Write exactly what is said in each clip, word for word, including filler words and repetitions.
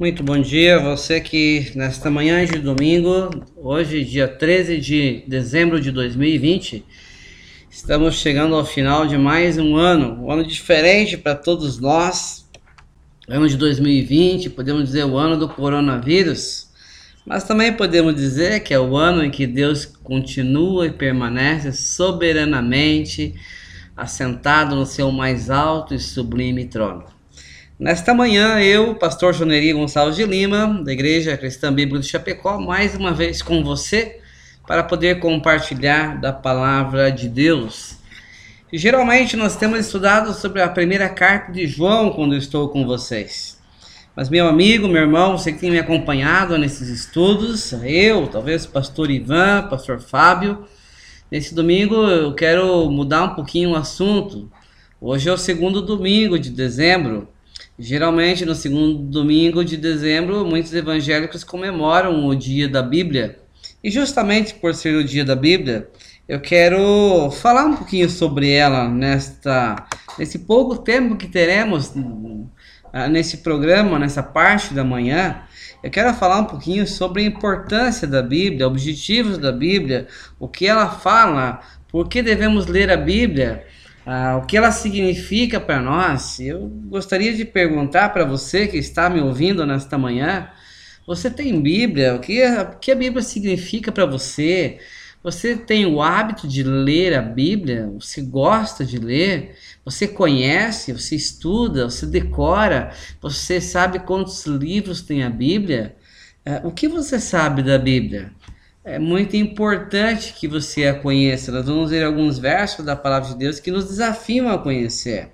Muito bom dia, você que nesta manhã de domingo, hoje dia treze de dezembro de dois mil e vinte, estamos chegando ao final de mais um ano, um ano diferente para todos nós, ano de dois mil e vinte, podemos dizer o ano do coronavírus, mas também podemos dizer que é o ano em que Deus continua e permanece soberanamente assentado no seu mais alto e sublime trono. Nesta manhã, eu, pastor Joneri Gonçalves de Lima, da Igreja Cristã Bíblica de Chapecó, mais uma vez com você, para poder compartilhar da palavra de Deus. E, geralmente nós temos estudado sobre a primeira carta de João quando eu estou com vocês. Mas meu amigo, meu irmão, você que tem me acompanhado nesses estudos, eu, talvez o pastor Ivan, pastor Fábio, nesse domingo eu quero mudar um pouquinho o assunto. Hoje é o segundo domingo de dezembro. Geralmente no segundo domingo de dezembro muitos evangélicos comemoram o dia da Bíblia. E justamente por ser o dia da Bíblia, eu quero falar um pouquinho sobre ela nesta, nesse pouco tempo que teremos nesse programa, nessa parte da manhã. Eu quero falar um pouquinho sobre a importância da Bíblia, objetivos da Bíblia, o que ela fala, por que devemos ler a Bíblia, ah, o que ela significa para nós. Eu gostaria de perguntar para você que está me ouvindo nesta manhã, você tem Bíblia? O que a, o que a Bíblia significa para você? Você tem o hábito de ler a Bíblia? Você gosta de ler? Você conhece? Você estuda? Você decora? Você sabe quantos livros tem a Bíblia? Uh, o que você sabe da Bíblia? É muito importante que você a conheça. Nós vamos ver alguns versos da Palavra de Deus que nos desafiam a conhecer.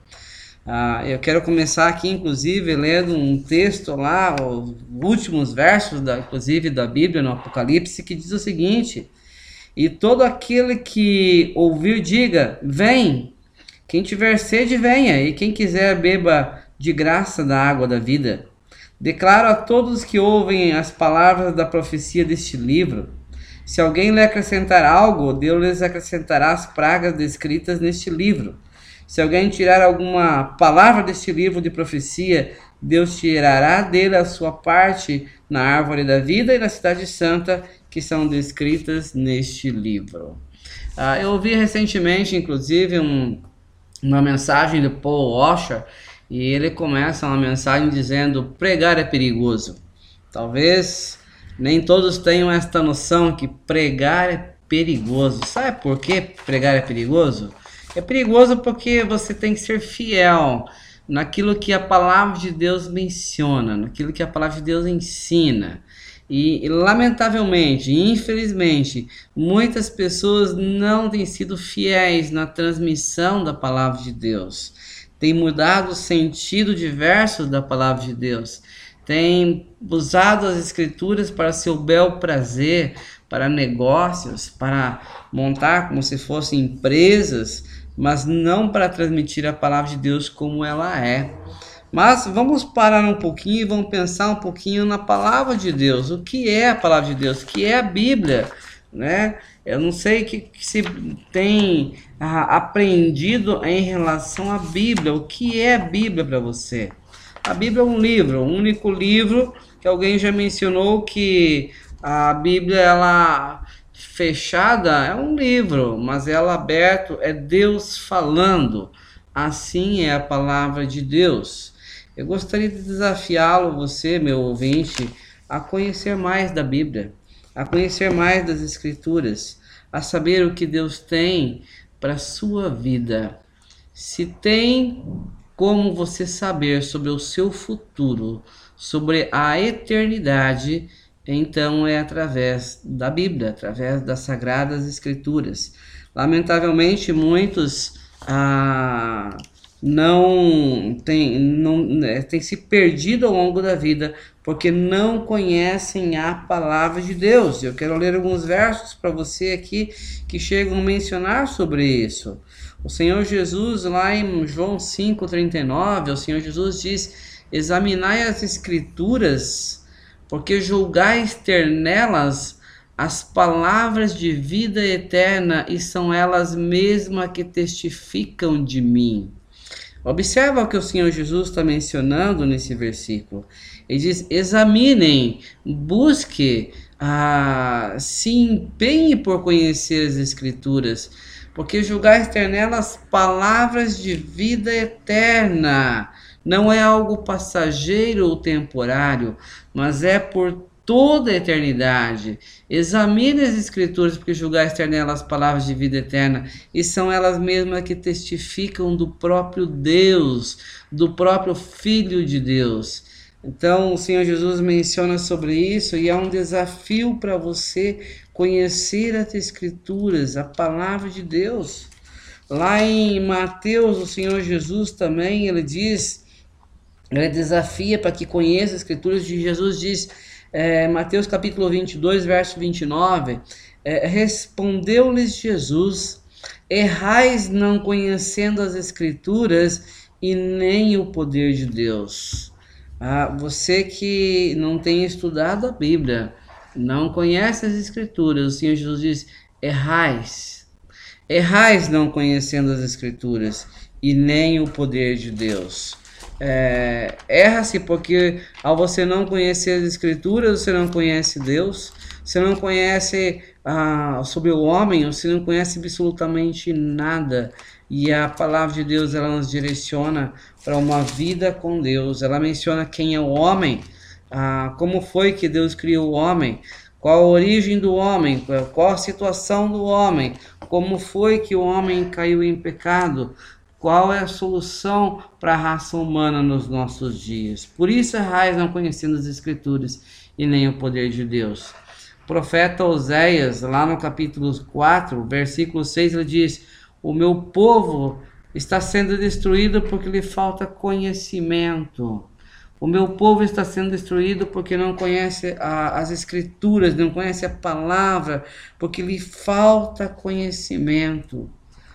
Uh, eu quero começar aqui, inclusive, lendo um texto lá, os últimos versos, da, inclusive, da Bíblia, no Apocalipse, que diz o seguinte: e todo aquele que ouvir, diga, vem. Quem tiver sede, venha. E quem quiser, beba de graça da água da vida. Declaro a todos que ouvem as palavras da profecia deste livro. Se alguém lhe acrescentar algo, Deus lhes acrescentará as pragas descritas neste livro. Se alguém tirar alguma palavra deste livro de profecia, Deus tirará dele a sua parte na árvore da vida e na cidade santa, que são descritas neste livro. Ah, eu ouvi recentemente, inclusive, um, uma mensagem do Paul Washer, e ele começa uma mensagem dizendo: pregar é perigoso. Talvez nem todos tenham esta noção que pregar é perigoso. Sabe por que pregar é perigoso? É perigoso porque você tem que ser fiel naquilo que a palavra de Deus menciona, naquilo que a palavra de Deus ensina. E, e lamentavelmente, infelizmente, muitas pessoas não têm sido fiéis na transmissão da palavra de Deus. Têm mudado o sentido diverso da palavra de Deus. Têm usado as escrituras para seu bel prazer, para negócios, para montar como se fossem empresas, mas não para transmitir a palavra de Deus como ela é. Mas vamos parar um pouquinho e vamos pensar um pouquinho na palavra de Deus. O que é a palavra de Deus? O que é a Bíblia? Né? Eu não sei o que, que se tem ah, aprendido em relação à Bíblia. O que é a Bíblia para você? A Bíblia é um livro, um único livro que alguém já mencionou que a Bíblia, ela fechada é um livro, mas ela aberto é Deus falando. Assim é a palavra de Deus. Eu gostaria de desafiá-lo, você, meu ouvinte, a conhecer mais da Bíblia, a conhecer mais das Escrituras, a saber o que Deus tem para a sua vida. Se tem como você saber sobre o seu futuro, sobre a eternidade, então é através da Bíblia, através das Sagradas Escrituras. Lamentavelmente, muitos ah, não têm não, né, tem se perdido ao longo da vida porque não conhecem a palavra de Deus. Eu quero ler alguns versos para você aqui que chegam a mencionar sobre isso. O Senhor Jesus, lá em João cinco, trinta e nove, o Senhor Jesus diz: examinai as Escrituras, porque julgais ter nelas as palavras de vida eterna, e são elas mesmas que testificam de mim. Observa o que o Senhor Jesus está mencionando nesse versículo. Ele diz: examinem, busque, ah, se empenhe por conhecer as Escrituras, porque julgais ter nelas palavras de vida eterna. Não é algo passageiro ou temporário, mas é por toda a eternidade. Examine as Escrituras, porque julgais ter nelas palavras de vida eterna, e são elas mesmas que testificam do próprio Deus, do próprio Filho de Deus. Então o Senhor Jesus menciona sobre isso, e é um desafio para você conhecer as Escrituras, a palavra de Deus. Lá em Mateus, o Senhor Jesus também, ele diz, ele desafia para que conheça as Escrituras. De Jesus diz, é, Mateus capítulo vinte e dois, verso vinte e nove, é, respondeu-lhes Jesus: errais não conhecendo as Escrituras e nem o poder de Deus. Ah, você que não tem estudado a Bíblia, não conhece as Escrituras, o Senhor Jesus diz: errais, errais não conhecendo as Escrituras e nem o poder de Deus. É, erra-se porque ao você não conhecer as Escrituras, você não conhece Deus, você não conhece ah, sobre o homem, você não conhece absolutamente nada. E a palavra de Deus, ela nos direciona para uma vida com Deus. Ela menciona quem é o homem, ah, como foi que Deus criou o homem, qual a origem do homem, qual a situação do homem, como foi que o homem caiu em pecado, qual é a solução para a raça humana nos nossos dias. Por isso errais não conhecendo as Escrituras e nem o poder de Deus. O profeta Oséias, lá no capítulo quatro, versículo seis, ele diz: o meu povo está sendo destruído porque lhe falta conhecimento. O meu povo está sendo destruído porque não conhece a, as Escrituras, não conhece a palavra, porque lhe falta conhecimento.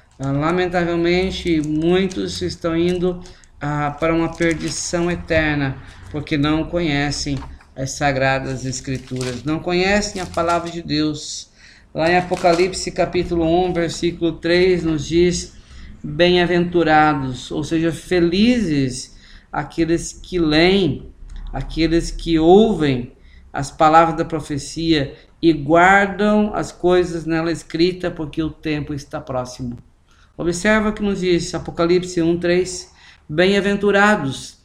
Lamentavelmente, muitos estão indo ah, para uma perdição eterna, porque não conhecem as Sagradas Escrituras, não conhecem a Palavra de Deus. Lá em Apocalipse capítulo um, versículo três, nos diz: bem-aventurados, ou seja, felizes aqueles que leem, aqueles que ouvem as palavras da profecia e guardam as coisas nela escritas, porque o tempo está próximo. Observa o que nos diz Apocalipse um, três: bem-aventurados,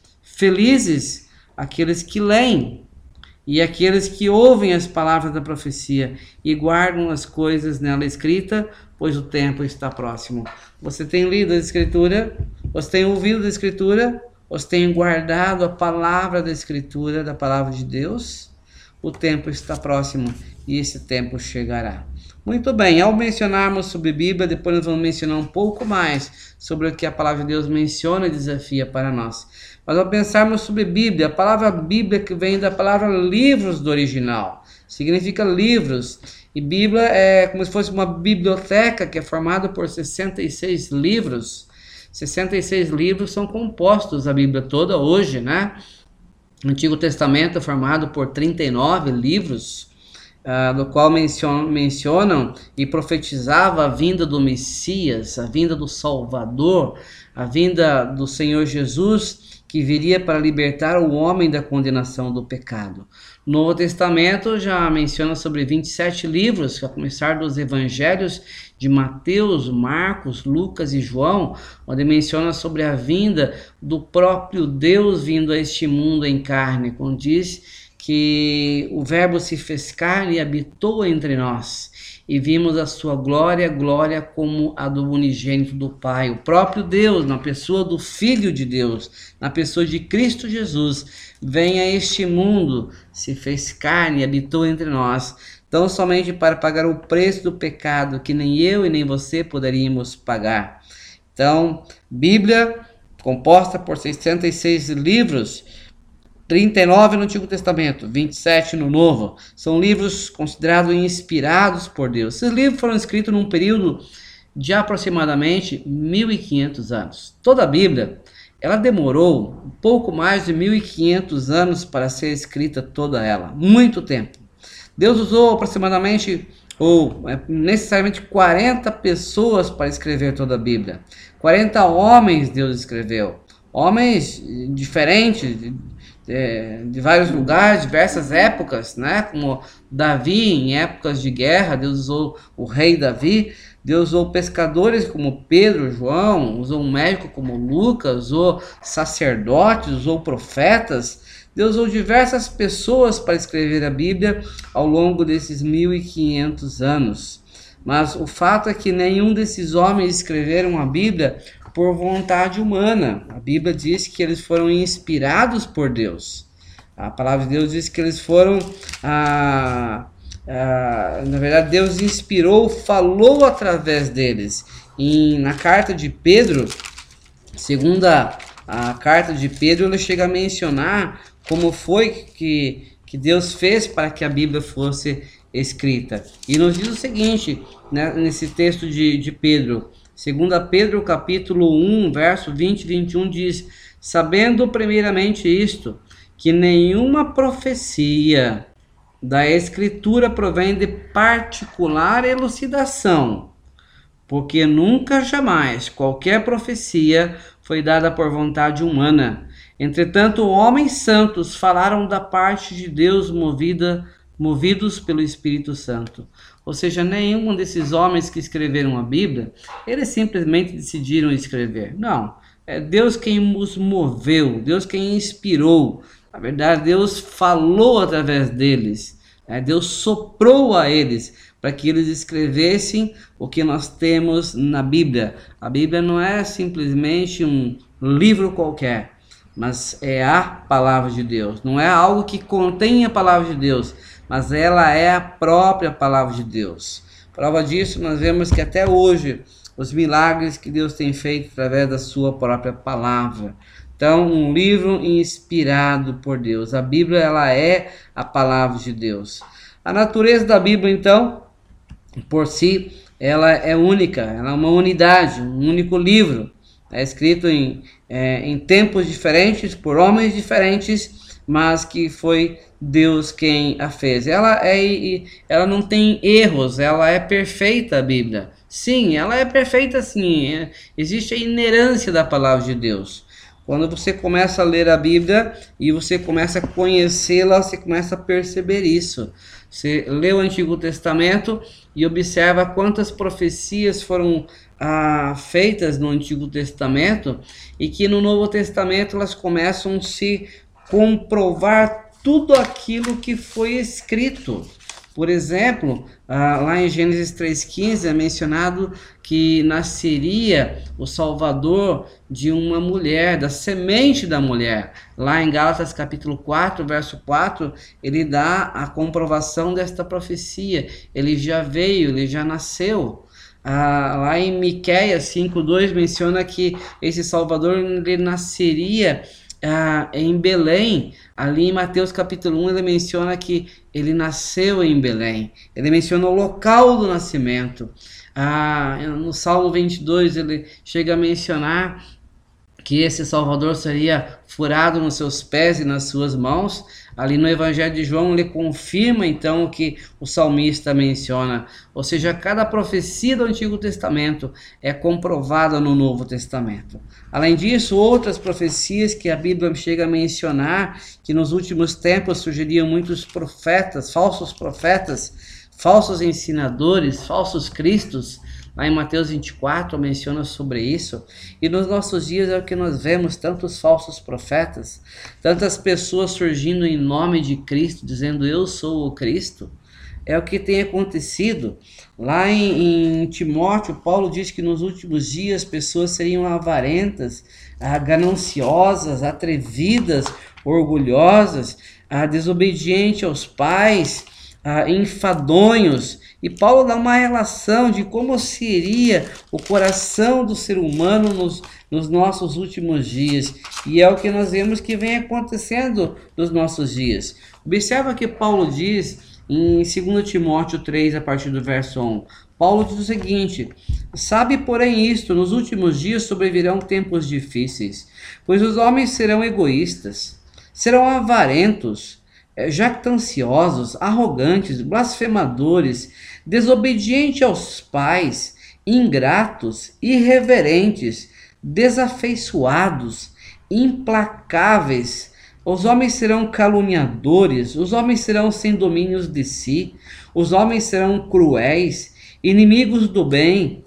felizes aqueles que leem e aqueles que ouvem as palavras da profecia e guardam as coisas nela escrita, pois o tempo está próximo. Você tem lido a Escritura? Você tem ouvido a Escritura? Você tem guardado a palavra da Escritura, da palavra de Deus? O tempo está próximo e esse tempo chegará. Muito bem, ao mencionarmos sobre Bíblia, depois nós vamos mencionar um pouco mais sobre o que a palavra de Deus menciona e desafia para nós. Mas ao pensarmos sobre Bíblia, a palavra Bíblia que vem da palavra livros do original, significa livros. E Bíblia é como se fosse uma biblioteca que é formada por sessenta e seis livros. sessenta e seis livros são compostos a Bíblia toda hoje, né? O Antigo Testamento é formado por trinta e nove livros, Uh, do qual mencionam, mencionam e profetizava a vinda do Messias, a vinda do Salvador, a vinda do Senhor Jesus, que viria para libertar o homem da condenação do pecado. O Novo Testamento já menciona sobre vinte e sete livros, a começar dos evangelhos de Mateus, Marcos, Lucas e João, onde menciona sobre a vinda do próprio Deus vindo a este mundo em carne, quando diz que o Verbo se fez carne e habitou entre nós, e vimos a sua glória, glória como a do unigênito do Pai. O próprio Deus, na pessoa do Filho de Deus, na pessoa de Cristo Jesus, vem a este mundo, se fez carne e habitou entre nós, tão somente para pagar o preço do pecado que nem eu e nem você poderíamos pagar. Então, Bíblia, composta por sessenta e seis livros, trinta e nove no Antigo Testamento, vinte e sete no Novo. São livros considerados inspirados por Deus. Esses livros foram escritos num período de aproximadamente mil e quinhentos anos. Toda a Bíblia, ela demorou um pouco mais de mil e quinhentos anos para ser escrita toda ela. Muito tempo. Deus usou aproximadamente, ou necessariamente quarenta pessoas para escrever toda a Bíblia. quarenta homens Deus escreveu. Homens diferentes, é, de vários lugares, diversas épocas, né? Como Davi, em épocas de guerra, Deus usou o rei Davi. Deus usou pescadores como Pedro, João, usou um médico como Lucas, usou sacerdotes, usou profetas. Deus usou diversas pessoas para escrever a Bíblia ao longo desses mil e quinhentos anos. Mas o fato é que nenhum desses homens escreveram a Bíblia por vontade humana. A Bíblia diz que eles foram inspirados por Deus. A palavra de Deus diz que eles foram... Ah, ah, na verdade, Deus inspirou, falou através deles. E na carta de Pedro, segunda a carta de Pedro, ele chega a mencionar como foi que, que Deus fez para que a Bíblia fosse escrita. E nos diz o seguinte, né, nesse texto de, de Pedro, segunda Pedro capítulo um, verso vinte e vinte e um diz: sabendo primeiramente isto, que nenhuma profecia da Escritura provém de particular elucidação, porque nunca jamais qualquer profecia foi dada por vontade humana. Entretanto, homens santos falaram da parte de Deus movida, movidos pelo Espírito Santo. Ou seja, nenhum desses homens que escreveram a Bíblia, eles simplesmente decidiram escrever. Não, é Deus quem os moveu, Deus quem inspirou. Na verdade, Deus falou através deles, né? Deus soprou a eles para que eles escrevessem o que nós temos na Bíblia. A Bíblia não é simplesmente um livro qualquer, mas é a palavra de Deus. Não é algo que contém a palavra de Deus, mas ela é a própria palavra de Deus. Prova disso, nós vemos que até hoje, os milagres que Deus tem feito através da sua própria palavra. Então, um livro inspirado por Deus. A Bíblia, ela é a palavra de Deus. A natureza da Bíblia, então, por si, ela é única. Ela é uma unidade, um único livro. É escrito em, é, em tempos diferentes, por homens diferentes, mas que foi Deus quem a fez. Ela, é, ela não tem erros, ela é perfeita, a Bíblia. Sim, ela é perfeita, sim. É, existe a inerência da palavra de Deus. Quando você começa a ler a Bíblia e você começa a conhecê-la, você começa a perceber isso. Você lê o Antigo Testamento e observa quantas profecias foram ah, feitas no Antigo Testamento e que no Novo Testamento elas começam a se comprovar tudo aquilo que foi escrito. Por exemplo, ah, lá em Gênesis três quinze é mencionado que nasceria o Salvador de uma mulher, da semente da mulher. Lá em Gálatas capítulo quatro, verso quatro, ele dá a comprovação desta profecia. Ele já veio, ele já nasceu. Ah, lá em Miqueias cinco dois menciona que esse Salvador ele nasceria ah, em Belém. Ali em Mateus capítulo um ele menciona que ele nasceu em Belém. Ele menciona o local do nascimento. Ah, no Salmo vinte e dois ele chega a mencionar que esse Salvador seria furado nos seus pés e nas suas mãos. Ali no Evangelho de João ele confirma então o que o salmista menciona. Ou seja, cada profecia do Antigo Testamento é comprovada no Novo Testamento. Além disso, outras profecias que a Bíblia chega a mencionar, que nos últimos tempos surgiriam muitos profetas, falsos profetas, falsos ensinadores, falsos cristos. Lá em Mateus vinte e quatro menciona sobre isso. E nos nossos dias é o que nós vemos, tantos falsos profetas, tantas pessoas surgindo em nome de Cristo, dizendo eu sou o Cristo. É o que tem acontecido. Lá em, em Timóteo, Paulo diz que nos últimos dias pessoas seriam avarentas, gananciosas, atrevidas, orgulhosas, desobedientes aos pais, enfadonhos. E Paulo dá uma relação de como seria o coração do ser humano nos, nos nossos últimos dias. E é o que nós vemos que vem acontecendo nos nossos dias. Observa que Paulo diz em segundo Timóteo três, a partir do verso um. Paulo diz o seguinte: sabe, porém, isto, nos últimos dias sobrevirão tempos difíceis, pois os homens serão egoístas, serão avarentos, jactanciosos, arrogantes, blasfemadores, desobedientes aos pais, ingratos, irreverentes, desafeiçoados, implacáveis, Os homens serão caluniadores, os homens serão sem domínios de si, os homens serão cruéis, inimigos do bem,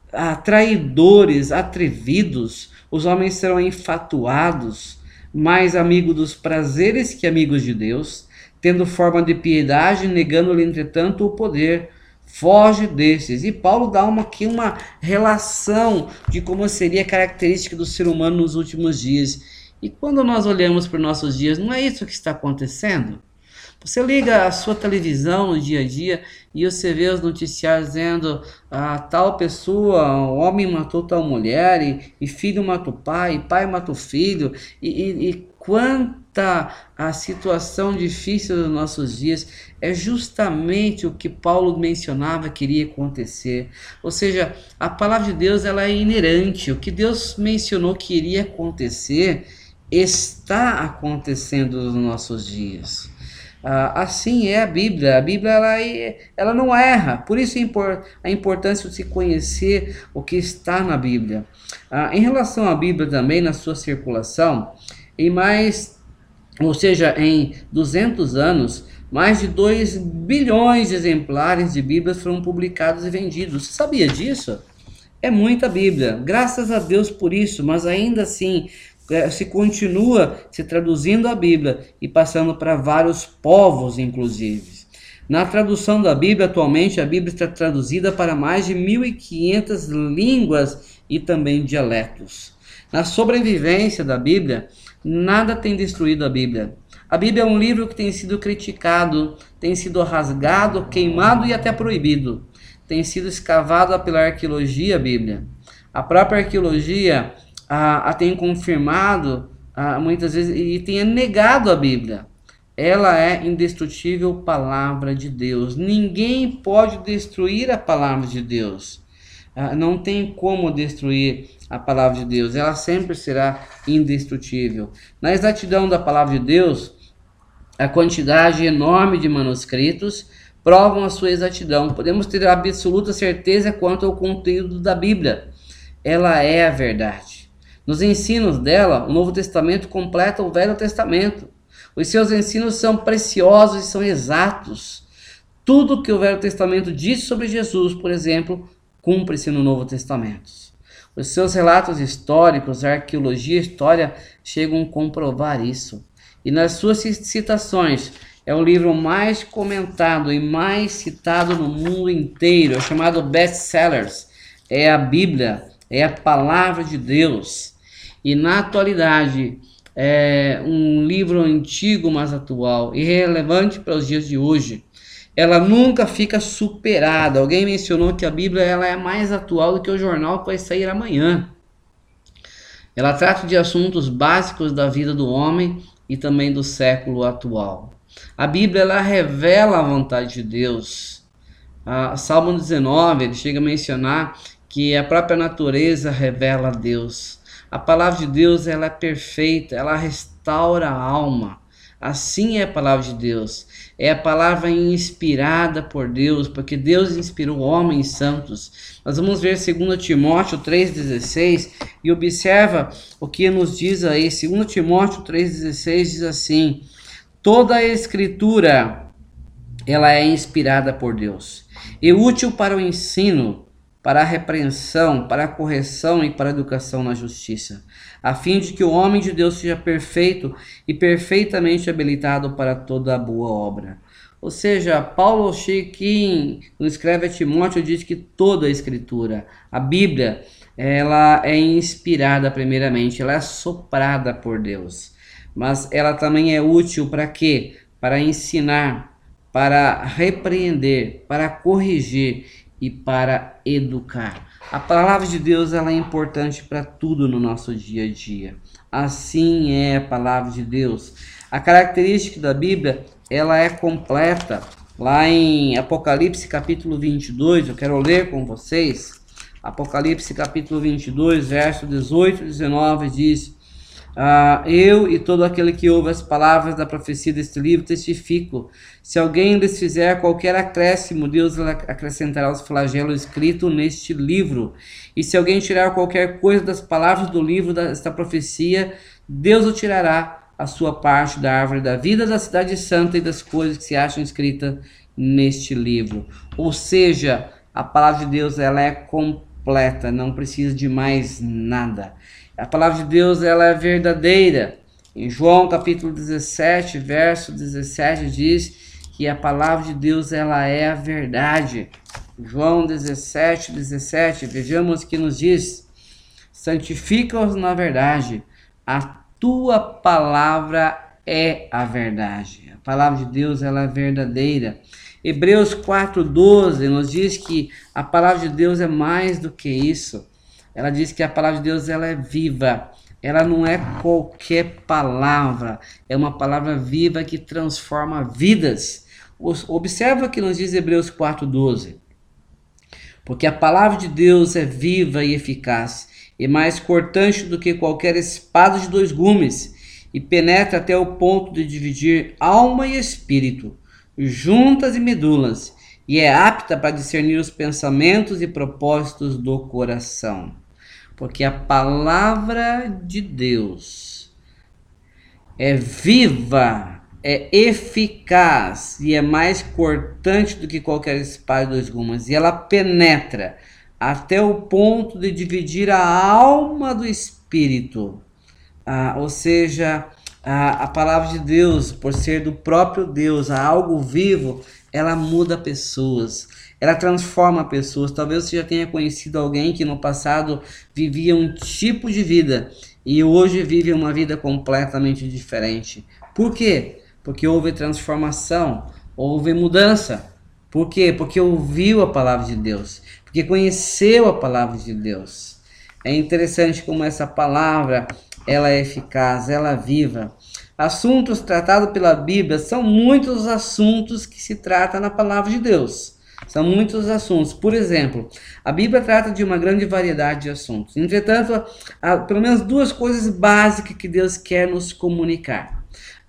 traidores, atrevidos, os homens serão enfatuados, mais amigos dos prazeres que amigos de Deus, tendo forma de piedade, negando-lhe, entretanto, o poder. Foge desses. E Paulo dá uma, aqui uma relação de como seria a característica do ser humano nos últimos dias. E quando nós olhamos para os nossos dias, não é isso que está acontecendo? Você liga a sua televisão no dia a dia e você vê os noticiários dizendo ah, tal pessoa, o homem matou tal mulher, e, e filho matou pai, e pai matou filho, e, e, e quanta a situação difícil dos nossos dias é justamente o que Paulo mencionava que iria acontecer. Ou seja, a palavra de Deus ela é inerente, o que Deus mencionou que iria acontecer está acontecendo nos nossos dias. Ah, assim é a Bíblia. A Bíblia ela, é, ela não erra. Por isso a importância de se conhecer o que está na Bíblia. Ah, em relação à Bíblia também, na sua circulação, em mais, ou seja, em duzentos anos, mais de dois bilhões de exemplares de Bíblias foram publicados e vendidos. Você sabia disso? É muita Bíblia. Graças a Deus por isso, mas ainda assim se continua se traduzindo a Bíblia e passando para vários povos, inclusive. Na tradução da Bíblia, atualmente, a Bíblia está traduzida para mais de mil e quinhentas línguas e também dialetos. Na sobrevivência da Bíblia, nada tem destruído a Bíblia. A Bíblia é um livro que tem sido criticado, tem sido rasgado, queimado e até proibido. Tem sido escavado pela arqueologia a Bíblia. A própria arqueologia A, a tem confirmado a, muitas vezes e tem negado a Bíblia. Ela é indestrutível palavra de Deus. Ninguém pode destruir a palavra de Deus. Ah, não tem como destruir a palavra de Deus. Ela sempre será indestrutível. Na exatidão da palavra de Deus, a quantidade enorme de manuscritos provam a sua exatidão. Podemos ter absoluta certeza quanto ao conteúdo da Bíblia. Ela é a verdade. Nos ensinos dela, o Novo Testamento completa o Velho Testamento. Os seus ensinos são preciosos e são exatos. Tudo que o Velho Testamento diz sobre Jesus, por exemplo, cumpre-se no Novo Testamento. Os seus relatos históricos, a arqueologia e a história chegam a comprovar isso. E nas suas citações, é o livro mais comentado e mais citado no mundo inteiro. É chamado best-sellers. É a Bíblia, é a palavra de Deus. E na atualidade, é um livro antigo, mas atual e relevante para os dias de hoje. Ela nunca fica superada. Alguém mencionou que a Bíblia ela é mais atual do que o jornal que vai sair amanhã. Ela trata de assuntos básicos da vida do homem e também do século atual. A Bíblia ela revela a vontade de Deus. A Salmo dezenove ele chega a mencionar que a própria natureza revela a Deus. A palavra de Deus ela é perfeita, ela restaura a alma. Assim é a palavra de Deus. É a palavra inspirada por Deus, porque Deus inspirou homens santos. Nós vamos ver dois Timóteo três dezesseis e observa o que nos diz aí. dois Timóteo três dezesseis diz assim: toda a escritura ela é inspirada por Deus e útil para o ensino, para a repreensão, para a correção e para a educação na justiça, a fim de que o homem de Deus seja perfeito e perfeitamente habilitado para toda a boa obra. Ou seja, Paulo Chiquim, quando escreve a Timóteo, diz que toda a escritura, a Bíblia, ela é inspirada primeiramente, ela é soprada por Deus, mas ela também é útil para quê? Para ensinar, para repreender, para corrigir e para educar. A palavra de Deus ela é importante para tudo no nosso dia a dia. Assim é a palavra de Deus. A característica da Bíblia ela é completa. Lá em Apocalipse capítulo vinte e dois, eu quero ler com vocês. Apocalipse capítulo vinte e dois, verso dezoito e dezenove diz: Ah, eu e todo aquele que ouve as palavras da profecia deste livro testifico. Se alguém lhes fizer qualquer acréscimo, Deus acrescentará os flagelos escritos neste livro. E se alguém tirar qualquer coisa das palavras do livro desta profecia, Deus o tirará a sua parte da árvore da vida, da cidade santa e das coisas que se acham escritas neste livro. Ou seja, a palavra de Deus ela é completa, não precisa de mais nada. A palavra de Deus ela é verdadeira. Em João capítulo dezessete, verso dezessete, diz que a palavra de Deus ela é a verdade. João dezessete, dezessete, vejamos que nos diz: santifica-os na verdade, a tua palavra é a verdade. A palavra de Deus ela é verdadeira. Hebreus quatro, doze nos diz que a palavra de Deus é mais do que isso. Ela diz que a palavra de Deus ela é viva. Ela não é qualquer palavra, é uma palavra viva que transforma vidas. Observa que nos diz Hebreus quatro, doze. Porque a palavra de Deus é viva e eficaz, e mais cortante do que qualquer espada de dois gumes, e penetra até o ponto de dividir alma e espírito, juntas e medulas, e é apta para discernir os pensamentos e propósitos do coração. Porque a palavra de Deus é viva, é eficaz e é mais cortante do que qualquer espada de dois gumes. E ela penetra até o ponto de dividir a alma do espírito. Ah, ou seja, a, a palavra de Deus, por ser do próprio Deus, algo vivo, ela muda pessoas. Ela transforma pessoas. Talvez você já tenha conhecido alguém que no passado vivia um tipo de vida e hoje vive uma vida completamente diferente. Por quê? Porque houve transformação, houve mudança. Por quê? Porque ouviu a palavra de Deus, porque conheceu a palavra de Deus. É interessante como essa palavra ela é eficaz, ela é viva. Assuntos tratados pela Bíblia são muitos os assuntos que se trata na palavra de Deus. São muitos assuntos. Por exemplo, a Bíblia trata de uma grande variedade de assuntos. Entretanto, há pelo menos duas coisas básicas que Deus quer nos comunicar.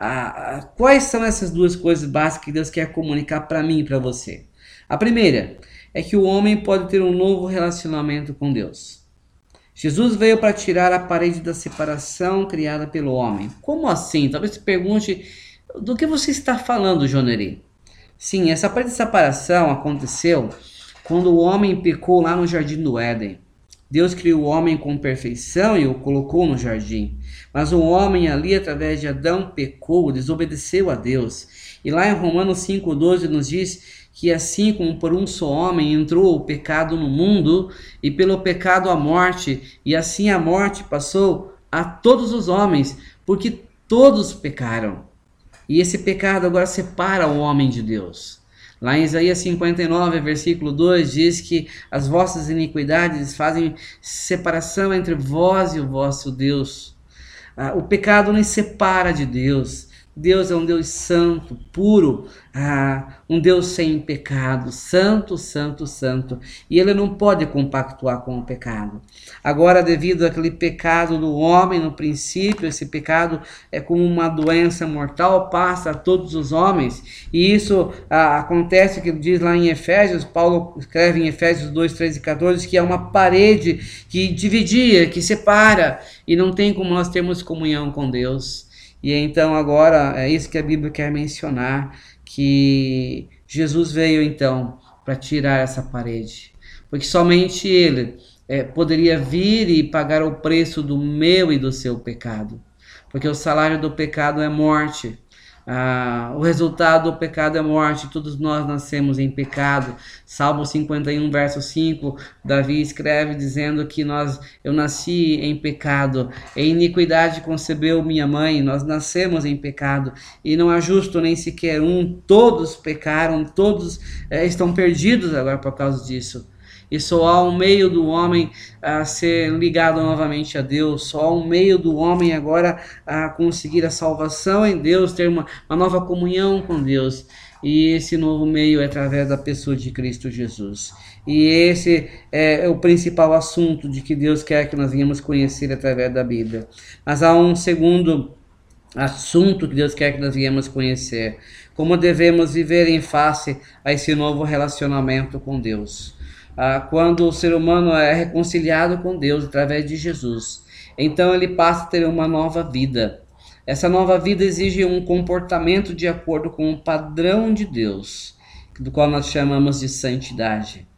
Ah, quais são essas duas coisas básicas que Deus quer comunicar para mim e para você? A primeira é que o homem pode ter um novo relacionamento com Deus. Jesus veio para tirar a parede da separação criada pelo homem. Como assim? Talvez você pergunte, do que você está falando, Joneri? Sim, essa parede de separação aconteceu quando o homem pecou lá no jardim do Éden. Deus criou o homem com perfeição e o colocou no jardim. Mas o homem ali, através de Adão, pecou, desobedeceu a Deus. E lá em Romanos cinco, doze nos diz que assim como por um só homem entrou o pecado no mundo, e pelo pecado a morte, e assim a morte passou a todos os homens, porque todos pecaram. E esse pecado agora separa o homem de Deus. Lá em Isaías cinquenta e nove, versículo dois, diz que as vossas iniquidades fazem separação entre vós e o vosso Deus. Ah, o pecado nos separa de Deus. Deus é um Deus santo, puro, ah, um Deus sem pecado, santo, santo, santo. E ele não pode compactuar com o pecado. Agora, devido àquele pecado do homem no princípio, esse pecado é como uma doença mortal, passa a todos os homens. E isso ah, acontece, que diz lá em Efésios, Paulo escreve em Efésios dois, treze e quatorze, que é uma parede que dividia, que separa, e não tem como nós termos comunhão com Deus. E então agora é isso que a Bíblia quer mencionar, que Jesus veio então para tirar essa parede, porque somente Ele é, poderia vir e pagar o preço do meu e do seu pecado, porque o salário do pecado é morte. Ah, o resultado do pecado é morte. Todos nós nascemos em pecado. Salmo cinquenta e um, verso cinco, Davi escreve dizendo que nós, eu nasci em pecado, em iniquidade concebeu minha mãe. Nós nascemos em pecado e não há justo nem sequer um. Todos pecaram, todos é, estão perdidos agora por causa disso. E só há um meio do homem a ser ligado novamente a Deus, só há um meio do homem agora a conseguir a salvação em Deus, ter uma, uma nova comunhão com Deus. E esse novo meio é através da pessoa de Cristo Jesus. E esse é o principal assunto de que Deus quer que nós venhamos conhecer através da Bíblia. Mas há um segundo assunto que Deus quer que nós venhamos conhecer: como devemos viver em face a esse novo relacionamento com Deus. Ah, quando o ser humano é reconciliado com Deus através de Jesus, então ele passa a ter uma nova vida. Essa nova vida exige um comportamento de acordo com o padrão de Deus, do qual nós chamamos de santidade.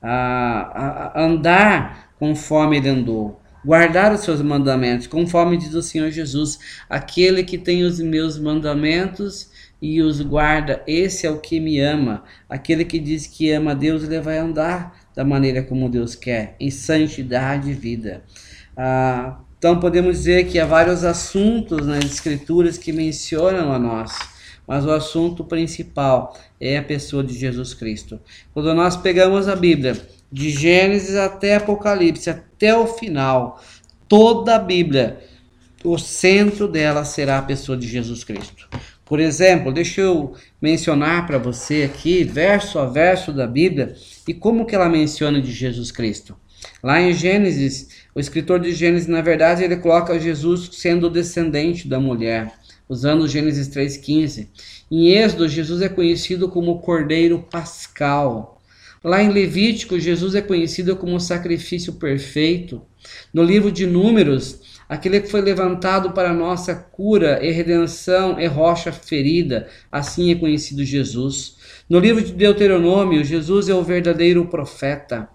A, a, andar conforme ele andou, guardar os seus mandamentos, conforme diz o Senhor Jesus: aquele que tem os meus mandamentos e os guarda, esse é o que me ama. Aquele que diz que ama a Deus, ele vai andar da maneira como Deus quer, em santidade e vida. Ah, então podemos dizer que há vários assuntos nas Escrituras que mencionam a nós, mas o assunto principal é a pessoa de Jesus Cristo. Quando nós pegamos a Bíblia, de Gênesis até Apocalipse, até o final, toda a Bíblia, o centro dela será a pessoa de Jesus Cristo. Por exemplo, deixa eu mencionar para você aqui, verso a verso da Bíblia, e como que ela menciona de Jesus Cristo. Lá em Gênesis, o escritor de Gênesis, na verdade, ele coloca Jesus sendo descendente da mulher, usando Gênesis três, quinze. Em Êxodo, Jesus é conhecido como Cordeiro Pascal. Lá em Levítico, Jesus é conhecido como sacrifício perfeito. No livro de Números, aquele que foi levantado para nossa cura e redenção é rocha ferida, assim é conhecido Jesus. No livro de Deuteronômio, Jesus é o verdadeiro profeta.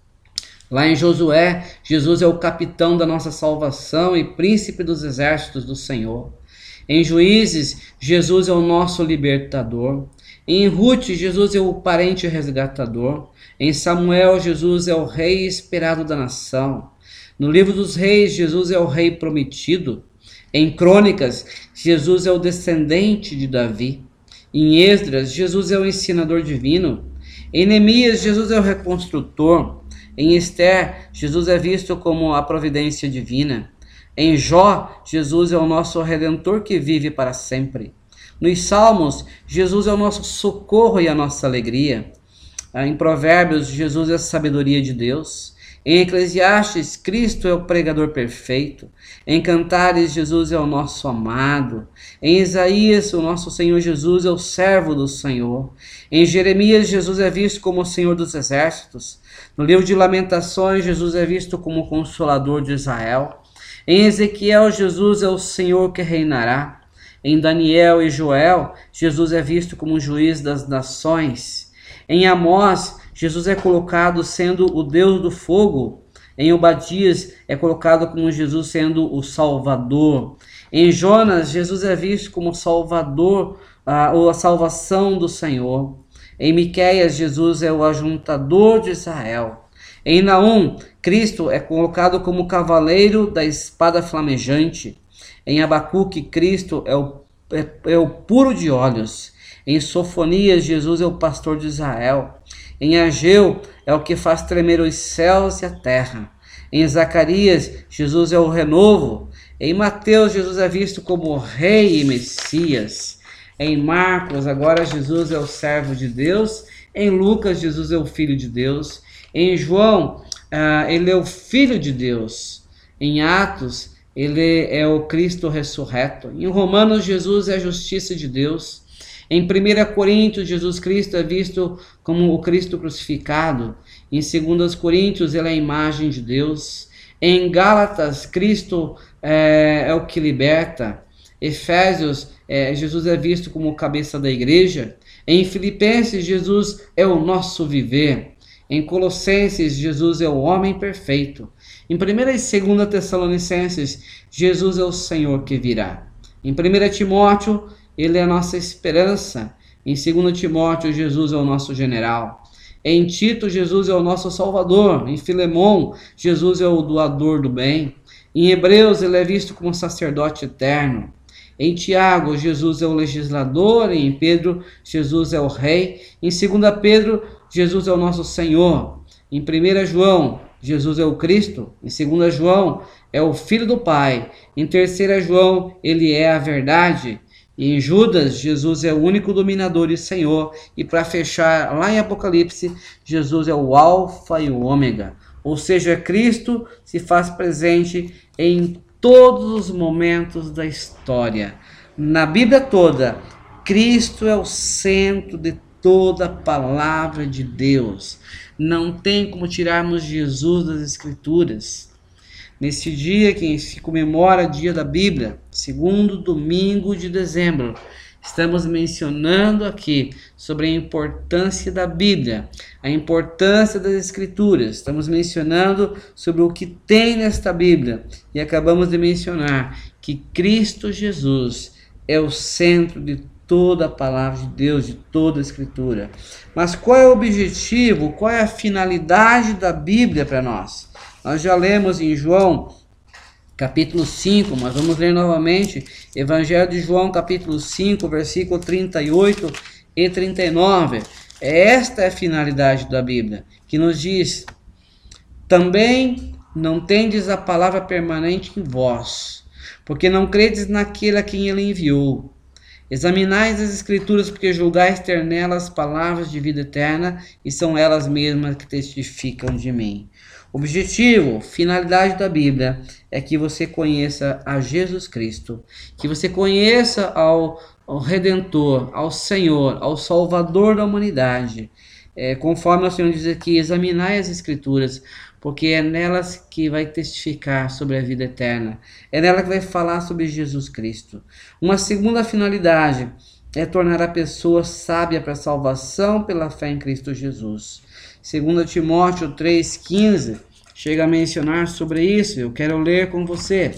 Lá em Josué, Jesus é o capitão da nossa salvação e príncipe dos exércitos do Senhor. Em Juízes, Jesus é o nosso libertador. Em Ruth, Jesus é o parente resgatador. Em Samuel, Jesus é o rei esperado da nação. No livro dos reis, Jesus é o rei prometido. Em Crônicas, Jesus é o descendente de Davi. Em Esdras, Jesus é o ensinador divino. Em Neemias, Jesus é o reconstrutor. Em Esther, Jesus é visto como a providência divina. Em Jó, Jesus é o nosso Redentor que vive para sempre. Nos Salmos, Jesus é o nosso socorro e a nossa alegria. Em Provérbios, Jesus é a sabedoria de Deus. Em Eclesiastes, Cristo é o pregador perfeito. Em Cantares, Jesus é o nosso amado. Em Isaías, o nosso Senhor Jesus é o servo do Senhor. Em Jeremias, Jesus é visto como o Senhor dos exércitos. No livro de Lamentações, Jesus é visto como o Consolador de Israel. Em Ezequiel, Jesus é o Senhor que reinará. Em Daniel e Joel, Jesus é visto como o juiz das nações. Em Amós, Jesus é colocado sendo o Deus do fogo. Em Obadias, é colocado como Jesus sendo o Salvador. Em Jonas, Jesus é visto como o Salvador, ah, ou a salvação do Senhor. Em Miqueias, Jesus é o ajuntador de Israel. Em Naum, Cristo é colocado como cavaleiro da espada flamejante. Em Abacuque, Cristo é o, é, é o puro de olhos. Em Sofonias, Jesus é o pastor de Israel. Em Ageu, é o que faz tremer os céus e a terra. Em Zacarias, Jesus é o renovo. Em Mateus, Jesus é visto como Rei e Messias. Em Marcos, agora Jesus é o servo de Deus. Em Lucas, Jesus é o Filho de Deus. Em João, uh, ele é o Filho de Deus. Em Atos, ele é o Cristo ressurreto. Em Romanos, Jesus é a justiça de Deus. Em primeira Coríntios, Jesus Cristo é visto como o Cristo crucificado. Em segunda Coríntios, ele é a imagem de Deus. Em Gálatas, Cristo é, é o que liberta. Efésios, é, Jesus é visto como o cabeça da igreja. Em Filipenses, Jesus é o nosso viver. Em Colossenses, Jesus é o homem perfeito. Em primeira e segunda Tessalonicenses, Jesus é o Senhor que virá. Em primeira Timóteo, ele é a nossa esperança. Em segunda Timóteo, Jesus é o nosso general. Em Tito, Jesus é o nosso salvador. Em Filemão, Jesus é o doador do bem. Em Hebreus, ele é visto como sacerdote eterno. Em Tiago, Jesus é o legislador. Em Pedro, Jesus é o rei. Em segunda Pedro, Jesus é o nosso Senhor. Em primeira João, Jesus é o Cristo. Em segunda João, é o Filho do Pai. Em terceira João, ele é a verdade. E em Judas, Jesus é o único dominador e Senhor. E para fechar, lá em Apocalipse, Jesus é o Alfa e o Ômega. Ou seja, Cristo se faz presente em todos os momentos da história. Na Bíblia toda, Cristo é o centro de toda a palavra de Deus. Não tem como tirarmos Jesus das Escrituras. Nesse dia que se comemora o Dia da Bíblia, segundo domingo de dezembro, estamos mencionando aqui sobre a importância da Bíblia, a importância das Escrituras. Estamos mencionando sobre o que tem nesta Bíblia e acabamos de mencionar que Cristo Jesus é o centro de toda a palavra de Deus, de toda a Escritura. Mas qual é o objetivo, qual é a finalidade da Bíblia para nós? Nós já lemos em João capítulo cinco, mas vamos ler novamente Evangelho de João capítulo cinco, versículo trinta e oito e trinta e nove. Esta é a finalidade da Bíblia, que nos diz: também não tendes a palavra permanente em vós, porque não credes naquele a quem ele enviou. Examinais as Escrituras, porque julgais ter nelas palavras de vida eterna, e são elas mesmas que testificam de mim. Objetivo, finalidade da Bíblia é que você conheça a Jesus Cristo, que você conheça ao, ao Redentor, ao Senhor, ao Salvador da humanidade. É, conforme o Senhor diz aqui, examinai as Escrituras, porque é nelas que vai testificar sobre a vida eterna. É nela que vai falar sobre Jesus Cristo. Uma segunda finalidade é tornar a pessoa sábia para a salvação pela fé em Cristo Jesus. Segundo Timóteo três, quinze, chega a mencionar sobre isso. Eu quero ler com você.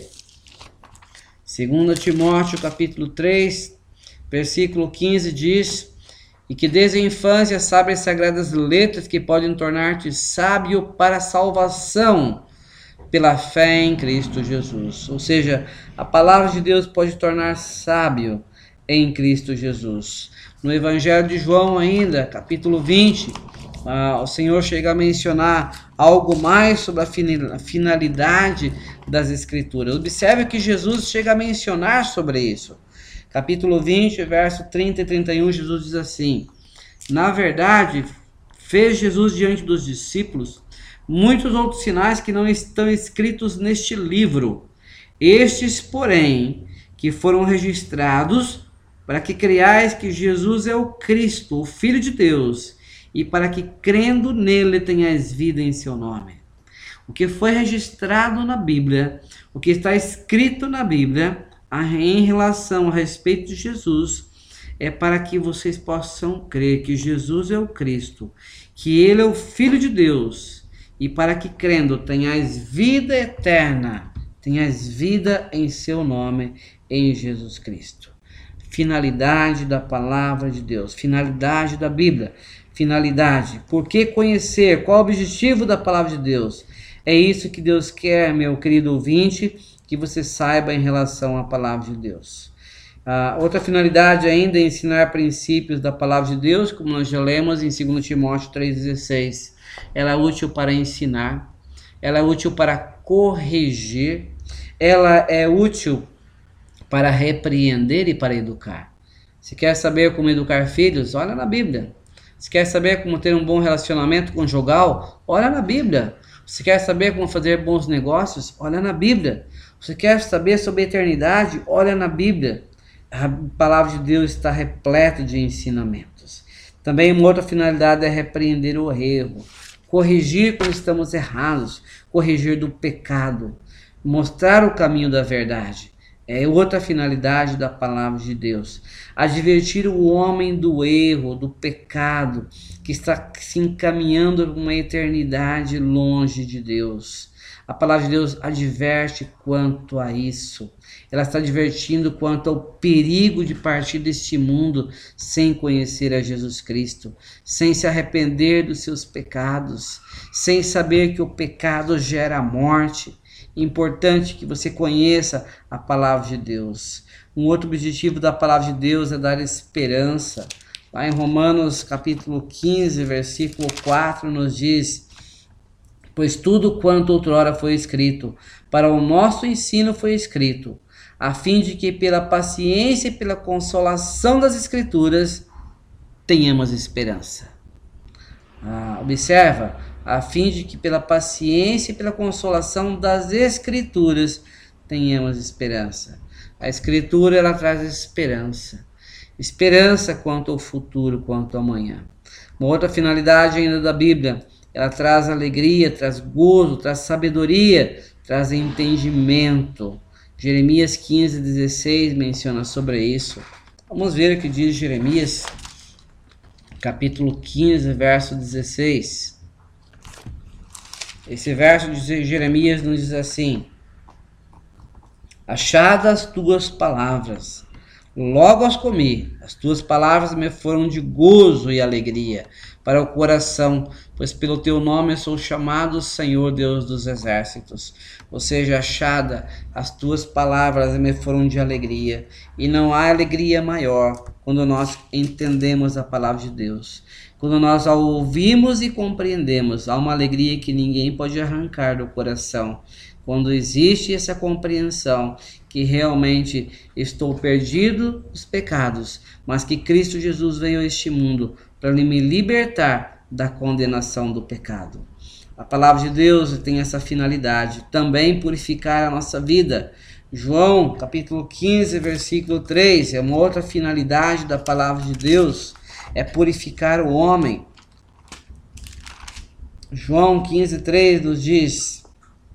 Segundo Timóteo capítulo três, versículo quinze diz: e que desde a infância sabe as sagradas letras que podem tornar-te sábio para a salvação pela fé em Cristo Jesus. Ou seja, a palavra de Deus pode tornar sábio em Cristo Jesus. No Evangelho de João ainda, capítulo vinte, ah, o Senhor chega a mencionar algo mais sobre a finalidade das Escrituras. Observe que Jesus chega a mencionar sobre isso. Capítulo vinte, verso trinta e trinta e um, Jesus diz assim: na verdade, fez Jesus diante dos discípulos muitos outros sinais que não estão escritos neste livro. Estes, porém, que foram registrados para que creiais que Jesus é o Cristo, o Filho de Deus, e para que, crendo nele, tenhais vida em seu nome. O que foi registrado na Bíblia, o que está escrito na Bíblia, em relação a respeito de Jesus, é para que vocês possam crer que Jesus é o Cristo, que ele é o Filho de Deus, e para que, crendo, tenhais vida eterna, tenhais vida em seu nome, em Jesus Cristo. Finalidade da palavra de Deus, finalidade da Bíblia, finalidade. Por que conhecer? Qual o objetivo da palavra de Deus? É isso que Deus quer, meu querido ouvinte, que você saiba em relação à palavra de Deus. Ah, outra finalidade ainda é ensinar princípios da palavra de Deus, como nós já lemos em segundo Timóteo três, dezesseis. Ela é útil para ensinar, ela é útil para corrigir, ela é útil para repreender e para educar. Se quer saber como educar filhos, olha na Bíblia. Se quer saber como ter um bom relacionamento conjugal, olha na Bíblia. Se quer saber como fazer bons negócios, olha na Bíblia. Você quer saber sobre a eternidade? Olha na Bíblia. A palavra de Deus está repleta de ensinamentos. Também uma outra finalidade é repreender o erro, corrigir quando estamos errados, corrigir do pecado, mostrar o caminho da verdade. É outra finalidade da palavra de Deus. Advertir o homem do erro, do pecado, que está se encaminhando para uma eternidade longe de Deus. A palavra de Deus adverte quanto a isso. Ela está advertindo quanto ao perigo de partir deste mundo sem conhecer a Jesus Cristo, sem se arrepender dos seus pecados, sem saber que o pecado gera morte. Importante que você conheça a palavra de Deus. Um outro objetivo da palavra de Deus é dar esperança. Lá em Romanos capítulo quinze, versículo quatro, nos diz: pois tudo quanto outrora foi escrito, para o nosso ensino foi escrito, a fim de que pela paciência e pela consolação das Escrituras tenhamos esperança. Ah, observa, a fim de que pela paciência e pela consolação das Escrituras tenhamos esperança. A Escritura, ela traz esperança. Esperança quanto ao futuro, quanto ao amanhã. Uma outra finalidade ainda da Bíblia, ela traz alegria, traz gozo, traz sabedoria, trazem entendimento. Jeremias quinze, dezesseis menciona sobre isso. Vamos ver o que diz Jeremias, capítulo quinze, verso dezesseis. Esse verso de Jeremias nos diz assim: achadas as tuas palavras, logo as comi, as tuas palavras me foram de gozo e alegria para o coração, pois pelo teu nome eu sou chamado Senhor Deus dos exércitos. Ou seja, achada, as tuas palavras me foram de alegria, e não há alegria maior quando nós entendemos a palavra de Deus. Quando nós a ouvimos e compreendemos, há uma alegria que ninguém pode arrancar do coração. Quando existe essa compreensão que realmente estou perdido dos pecados, mas que Cristo Jesus veio a este mundo para me libertar da condenação do pecado. A palavra de Deus tem essa finalidade, também purificar a nossa vida. João, capítulo quinze, versículo três, é uma outra finalidade da palavra de Deus, é purificar o homem. João quinze, três nos diz: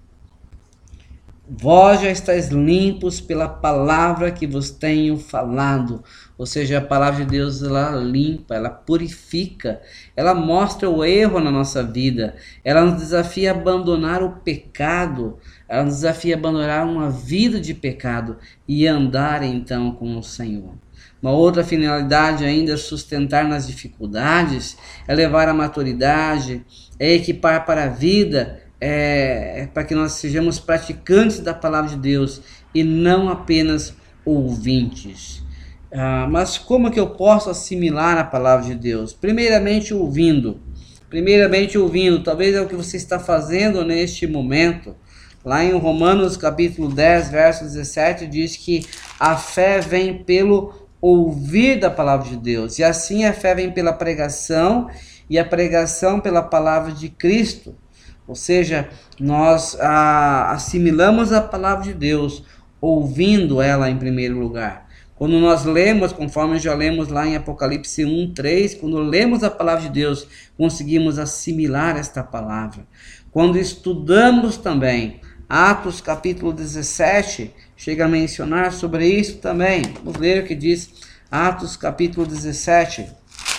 vós já estáis limpos pela palavra que vos tenho falado. Ou seja, a palavra de Deus, ela limpa, ela purifica, ela mostra o erro na nossa vida, ela nos desafia a abandonar o pecado, ela nos desafia a abandonar uma vida de pecado e andar então com o Senhor. Uma outra finalidade ainda é sustentar nas dificuldades, é levar à maturidade, é equipar para a vida, É, é para que nós sejamos praticantes da palavra de Deus e não apenas ouvintes. Ah, mas como que eu posso assimilar a palavra de Deus? Primeiramente ouvindo. Primeiramente ouvindo. Talvez é o que você está fazendo neste momento. Lá em Romanos capítulo dez, verso dezessete, diz que a fé vem pelo ouvir da palavra de Deus. E assim a fé vem pela pregação, e a pregação pela palavra de Cristo. Ou seja, nós ah, assimilamos a palavra de Deus, ouvindo ela em primeiro lugar. Quando nós lemos, conforme já lemos lá em Apocalipse um, três, quando lemos a palavra de Deus, conseguimos assimilar esta palavra. Quando estudamos também, Atos capítulo dezessete, chega a mencionar sobre isso também. Vamos ler o que diz Atos capítulo dezessete,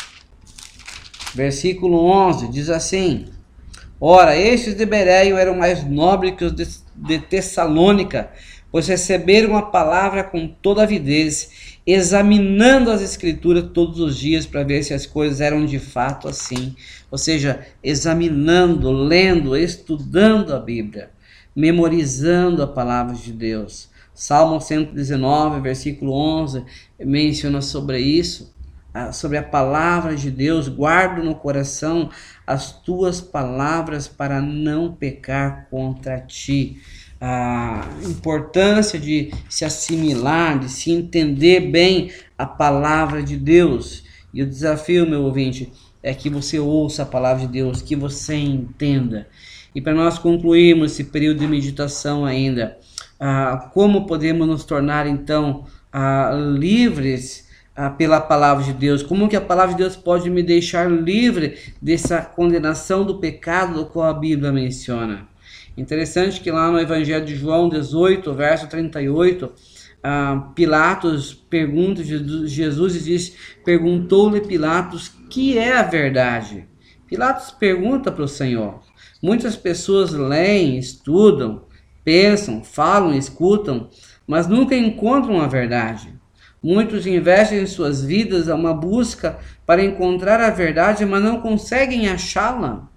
versículo onze, diz assim: ora, estes de Bereio eram mais nobres que os de, de Tessalônica, pois receberam a palavra com toda avidez, examinando as escrituras todos os dias para ver se as coisas eram de fato assim. Ou seja, examinando, lendo, estudando a Bíblia, memorizando a palavra de Deus. Salmo cento e dezenove, versículo onze, menciona sobre isso. Sobre a palavra de Deus, guardo no coração as tuas palavras para não pecar contra ti. A importância de se assimilar, de se entender bem a palavra de Deus. E o desafio, meu ouvinte, é que você ouça a palavra de Deus, que você entenda. E para nós concluirmos esse período de meditação ainda, ah, como podemos nos tornar então ah, livres pela palavra de Deus? Como que a palavra de Deus pode me deixar livre dessa condenação do pecado do qual a Bíblia menciona? Interessante que lá no Evangelho de João dezoito, verso trinta e oito, ah, Pilatos pergunta, Jesus diz, perguntou-lhe Pilatos, que é a verdade? Pilatos pergunta para o Senhor. Muitas pessoas leem, estudam, pensam, falam, escutam, mas nunca encontram a verdade. Muitos investem em suas vidas a uma busca para encontrar a verdade, mas não conseguem achá-la.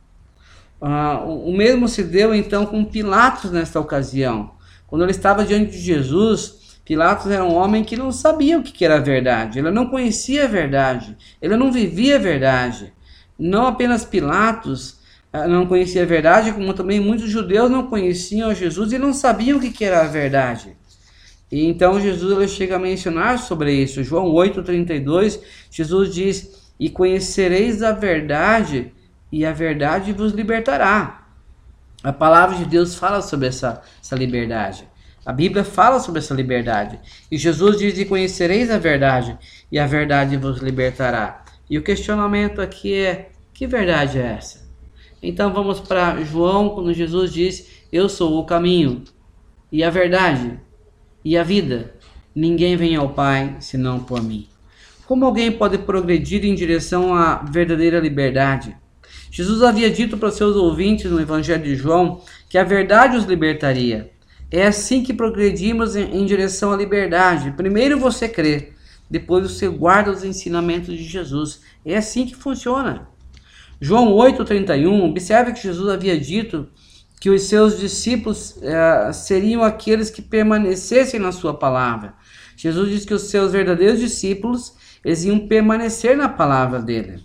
Ah, o mesmo se deu então com Pilatos nesta ocasião. Quando ele estava diante de Jesus, Pilatos era um homem que não sabia o que era a verdade. Ele não conhecia a verdade. Ele não vivia a verdade. Não apenas Pilatos ah, não conhecia a verdade, como também muitos judeus não conheciam Jesus e não sabiam o que era a verdade. E então Jesus ele chega a mencionar sobre isso. João oito, trinta e dois, Jesus diz, e conhecereis a verdade, e a verdade vos libertará. A palavra de Deus fala sobre essa, essa liberdade. A Bíblia fala sobre essa liberdade. E Jesus diz, e conhecereis a verdade, e a verdade vos libertará. E o questionamento aqui é, que verdade é essa? Então vamos para João, quando Jesus diz: eu sou o caminho e a verdade e a vida. Ninguém vem ao Pai senão por mim. Como alguém pode progredir em direção à verdadeira liberdade? Jesus havia dito para os seus ouvintes no Evangelho de João que a verdade os libertaria. É assim que progredimos em, em direção à liberdade. Primeiro você crê, depois você guarda os ensinamentos de Jesus. É assim que funciona. João oito, trinta e um, observe que Jesus havia dito que os seus discípulos eh, seriam aqueles que permanecessem na sua palavra. Jesus disse que os seus verdadeiros discípulos, eles iam permanecer na palavra dele.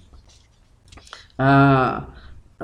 Ah,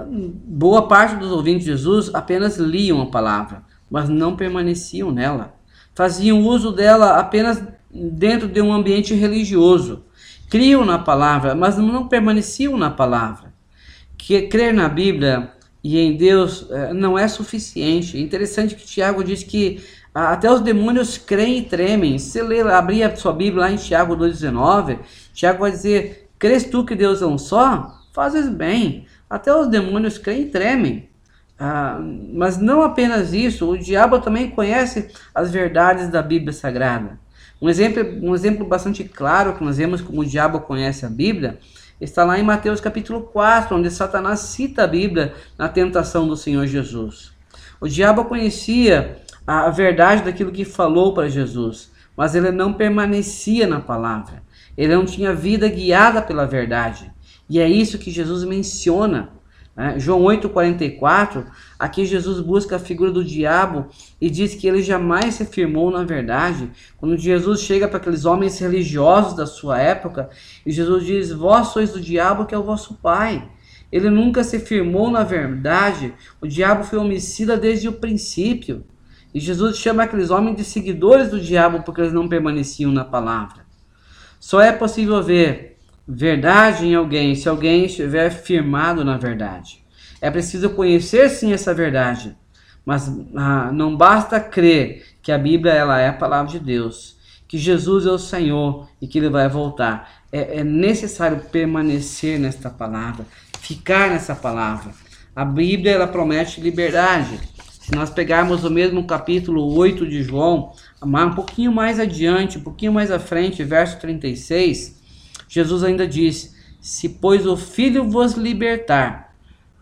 boa parte dos ouvintes de Jesus apenas liam a palavra, mas não permaneciam nela. Faziam uso dela apenas dentro de um ambiente religioso. Criam na palavra, mas não permaneciam na palavra. Que crer na Bíblia e em Deus não é suficiente. É interessante que Tiago diz que até os demônios creem e tremem. Se você ler, abrir a sua Bíblia lá em Tiago dois, dezenove, Tiago vai dizer: crês tu que Deus é um só? Fazes bem. Até os demônios creem e tremem. Ah, mas não apenas isso, o diabo também conhece as verdades da Bíblia Sagrada. Um exemplo, um exemplo bastante claro que nós vemos como o diabo conhece a Bíblia está lá em Mateus capítulo quatro, onde Satanás cita a Bíblia na tentação do Senhor Jesus. O diabo conhecia a verdade daquilo que falou para Jesus, mas ele não permanecia na palavra. Ele não tinha vida guiada pela verdade. E é isso que Jesus menciona. Né? João oito, quarenta e quatro, aqui Jesus busca a figura do diabo e diz que ele jamais se firmou na verdade. Quando Jesus chega para aqueles homens religiosos da sua época, e Jesus diz: vós sois do diabo, que é o vosso pai. Ele nunca se firmou na verdade. O diabo foi homicida desde o princípio. E Jesus chama aqueles homens de seguidores do diabo porque eles não permaneciam na palavra. Só é possível ver verdade em alguém se alguém estiver firmado na verdade. É preciso conhecer sim essa verdade, mas ah, não basta crer que a Bíblia ela é a palavra de Deus, que Jesus é o Senhor e que ele vai voltar. É, é necessário permanecer nesta palavra, ficar nessa palavra. A Bíblia ela promete liberdade. Se nós pegarmos o mesmo capítulo oito de João, um pouquinho mais adiante, um pouquinho mais à frente, verso trinta e seis, Jesus ainda diz: se pois o Filho vos libertar,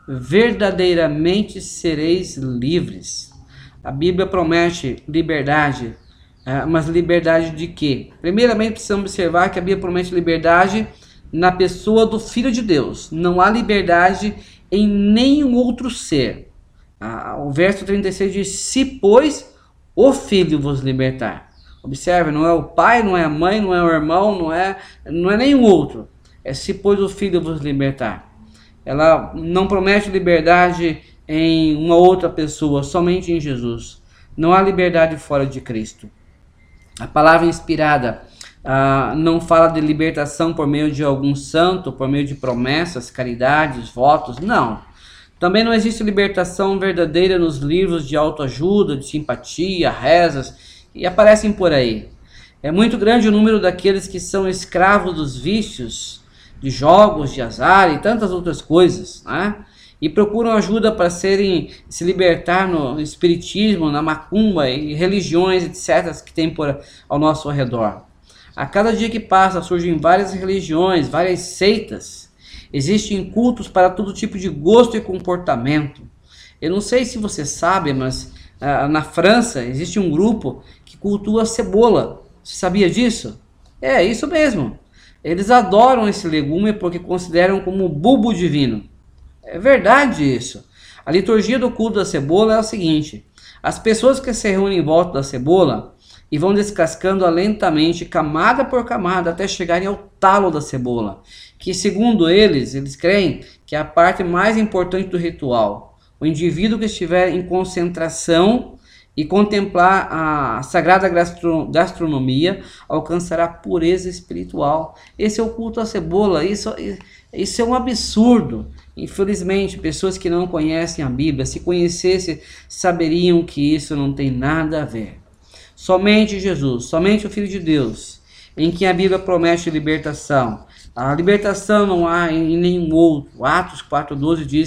verdadeiramente sereis livres. A Bíblia promete liberdade, mas liberdade de quê? Primeiramente precisamos observar que a Bíblia promete liberdade na pessoa do Filho de Deus. Não há liberdade em nenhum outro ser. O verso trinta e seis diz: se pois o Filho vos libertar. Observe, não é o pai, não é a mãe, não é o irmão, não é, não é nenhum outro. É se pois o Filho vos libertar. Ela não promete liberdade em uma outra pessoa, somente em Jesus. Não há liberdade fora de Cristo. A palavra inspirada ah, não fala de libertação por meio de algum santo, por meio de promessas, caridades, votos, não. Também não existe libertação verdadeira nos livros de autoajuda, de simpatia, rezas, e aparecem por aí. É muito grande o número daqueles que são escravos dos vícios, de jogos, de azar e tantas outras coisas, né? E procuram ajuda para serem, se libertar no espiritismo, na macumba e religiões, etcétera, que tem por, ao nosso redor. A cada dia que passa surgem várias religiões, várias seitas. Existem cultos para todo tipo de gosto e comportamento. Eu não sei se você sabe, mas ah, na França existe um grupo que cultua a cebola. Você sabia disso? É, isso mesmo. Eles adoram esse legume porque consideram como bulbo divino. É verdade isso. A liturgia do culto da cebola é o seguinte: as pessoas que se reúnem em volta da cebola e vão descascando-a lentamente, camada por camada, até chegarem ao talo da cebola, que segundo eles, eles creem que é a parte mais importante do ritual. O indivíduo que estiver em concentração e contemplar a sagrada gastronomia alcançará pureza espiritual. Esse é o culto à cebola. Isso, isso é um absurdo. Infelizmente, pessoas que não conhecem a Bíblia, se conhecessem, saberiam que isso não tem nada a ver. Somente Jesus, somente o Filho de Deus, em quem a Bíblia promete libertação. A libertação não há em nenhum outro. Atos quatro, doze diz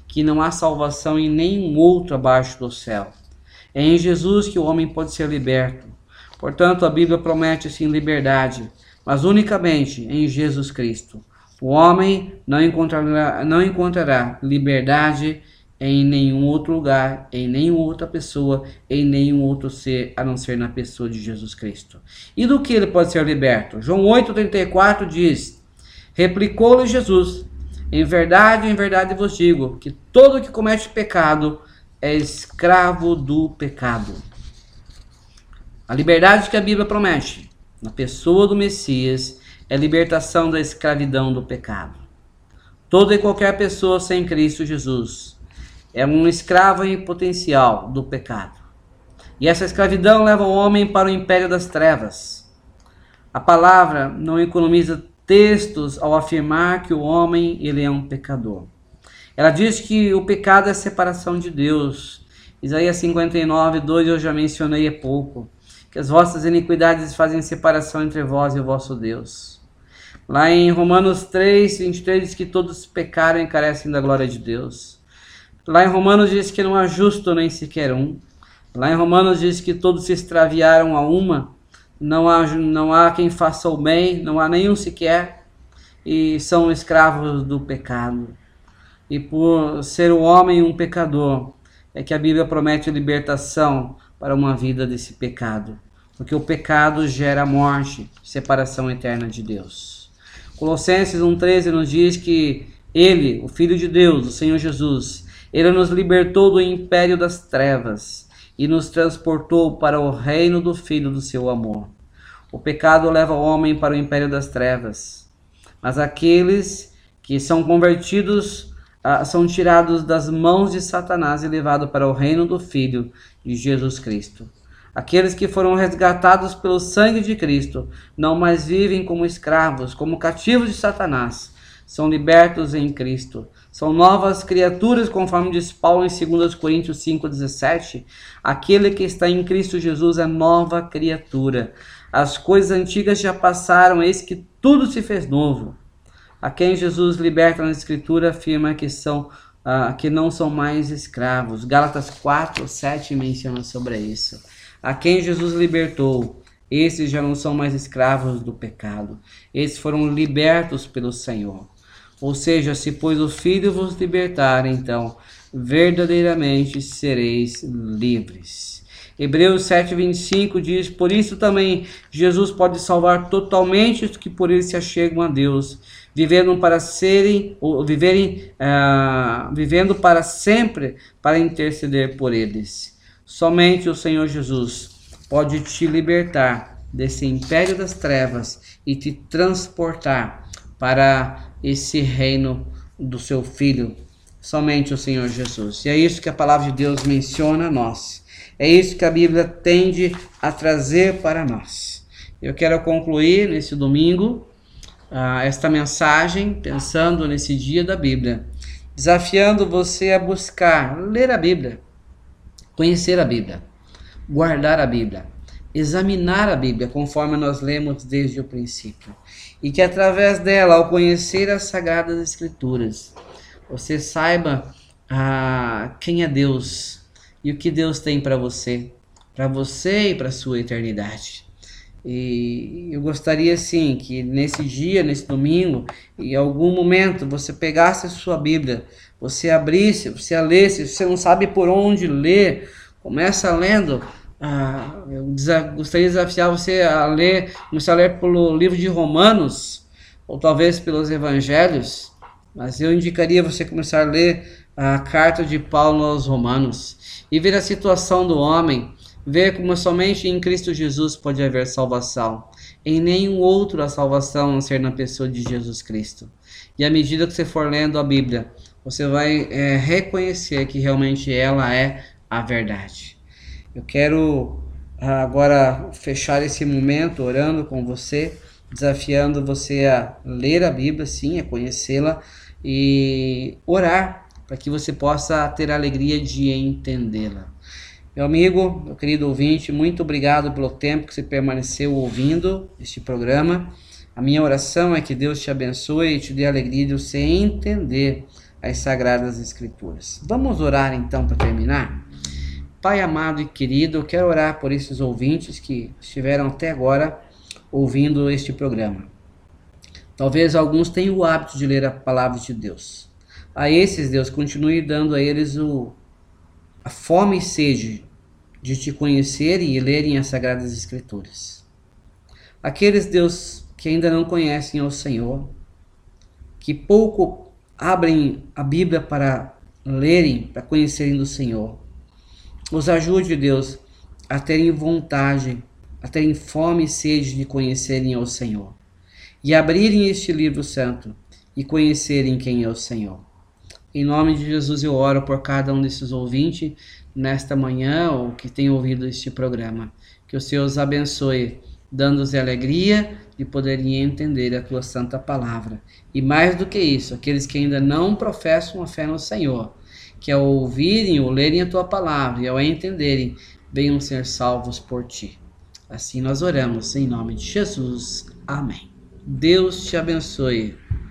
que não há salvação em nenhum outro abaixo do céu. É em Jesus que o homem pode ser liberto. Portanto, a Bíblia promete sim liberdade, mas unicamente em Jesus Cristo. O homem não encontrará, não encontrará liberdade em nenhum outro lugar, em nenhuma outra pessoa, em nenhum outro ser, a não ser na pessoa de Jesus Cristo. E do que ele pode ser liberto? João oito, trinta e quatro diz: replicou-lhe Jesus: em verdade, em verdade vos digo, que todo que comete pecado é escravo do pecado. A liberdade que a Bíblia promete na pessoa do Messias é a libertação da escravidão do pecado. Toda e qualquer pessoa sem Cristo Jesus é um escravo em potencial do pecado. E essa escravidão leva o homem para o império das trevas. A palavra não economiza textos ao afirmar que o homem ele é um pecador. Ela diz que o pecado é a separação de Deus. Isaías cinquenta e nove, dois eu já mencionei há pouco. Que as vossas iniquidades fazem separação entre vós e o vosso Deus. Lá em Romanos três, vinte e três diz que todos pecaram e carecem da glória de Deus. Lá em Romanos diz que não há justo nem sequer um. Lá em Romanos diz que todos se extraviaram a uma. Não há, não há quem faça o bem, não há nenhum sequer. E são escravos do pecado. E por ser o homem um pecador, é que a Bíblia promete libertação para uma vida desse pecado. Porque o pecado gera morte, separação eterna de Deus. Colossenses um, treze nos diz que Ele, o Filho de Deus, o Senhor Jesus, Ele nos libertou do império das trevas e nos transportou para o reino do Filho do seu amor. O pecado leva o homem para o império das trevas, mas aqueles que são convertidos ah, são tirados das mãos de Satanás e levados para o reino do Filho de Jesus Cristo. Aqueles que foram resgatados pelo sangue de Cristo não mais vivem como escravos, como cativos de Satanás. São libertos em Cristo. São novas criaturas, conforme diz Paulo em dois Coríntios cinco, dezessete. Aquele que está em Cristo Jesus é nova criatura. As coisas antigas já passaram, eis que tudo se fez novo. A quem Jesus liberta na Escritura afirma que, são, uh, que não são mais escravos. Gálatas quatro, sete menciona sobre isso. A quem Jesus libertou, esses já não são mais escravos do pecado. Esses foram libertos pelo Senhor. Ou seja, se pois o Filho vos libertar, então verdadeiramente sereis livres. Hebreus sete, vinte e cinco diz: por isso também Jesus pode salvar totalmente os que por ele se achegam a Deus, vivendo para serem, ou viverem, uh, vivendo para sempre para interceder por eles. Somente o Senhor Jesus pode te libertar desse império das trevas e te transportar para esse reino do seu Filho. Somente o Senhor Jesus. E é isso que a palavra de Deus menciona a nós. É isso que a Bíblia tende a trazer para nós. Eu quero concluir nesse domingo uh, esta mensagem pensando nesse dia da Bíblia, desafiando você a buscar ler a Bíblia, conhecer a Bíblia, guardar a Bíblia, examinar a Bíblia, conforme nós lemos desde o princípio. E que através dela, ao conhecer as Sagradas Escrituras, você saiba ah, quem é Deus e o que Deus tem para você, para você e para a sua eternidade. E eu gostaria sim que nesse dia, nesse domingo, em algum momento você pegasse a sua Bíblia, você abrisse, você a lesse, se você não sabe por onde ler, começa lendo. Ah, eu gostaria de desafiar você a ler, começar a ler pelo livro de Romanos, ou talvez pelos Evangelhos, mas eu indicaria você começar a ler a carta de Paulo aos Romanos e ver a situação do homem, ver como somente em Cristo Jesus pode haver salvação. Em nenhum outro a salvação a não ser na pessoa de Jesus Cristo. E à medida que você for lendo a Bíblia, você vai é, reconhecer que realmente ela é a verdade. Eu quero agora fechar esse momento orando com você, desafiando você a ler a Bíblia, sim, a conhecê-la e orar para que você possa ter a alegria de entendê-la. Meu amigo, meu querido ouvinte, muito obrigado pelo tempo que você permaneceu ouvindo este programa. A minha oração é que Deus te abençoe e te dê a alegria de você entender as Sagradas Escrituras. Vamos orar então para terminar? Pai amado e querido, eu quero orar por esses ouvintes que estiveram até agora ouvindo este programa. Talvez alguns tenham o hábito de ler a palavra de Deus. A esses, Deus, continue dando a eles o, a fome e sede de te conhecerem e lerem as Sagradas Escrituras. Aqueles, Deus, que ainda não conhecem ao Senhor, que pouco abrem a Bíblia para lerem, para conhecerem do Senhor, os ajude, Deus, a terem vontade, a terem fome e sede de conhecerem ao Senhor e abrirem este livro santo e conhecerem quem é o Senhor. Em nome de Jesus eu oro por cada um desses ouvintes nesta manhã ou que tem ouvido este programa. Que o Senhor os abençoe, dando-os alegria de poderem entender a tua santa palavra. E mais do que isso, aqueles que ainda não professam a fé no Senhor, que ao ouvirem ou lerem a tua palavra e ao entenderem, venham ser salvos por ti. Assim nós oramos, em nome de Jesus. Amém. Deus te abençoe.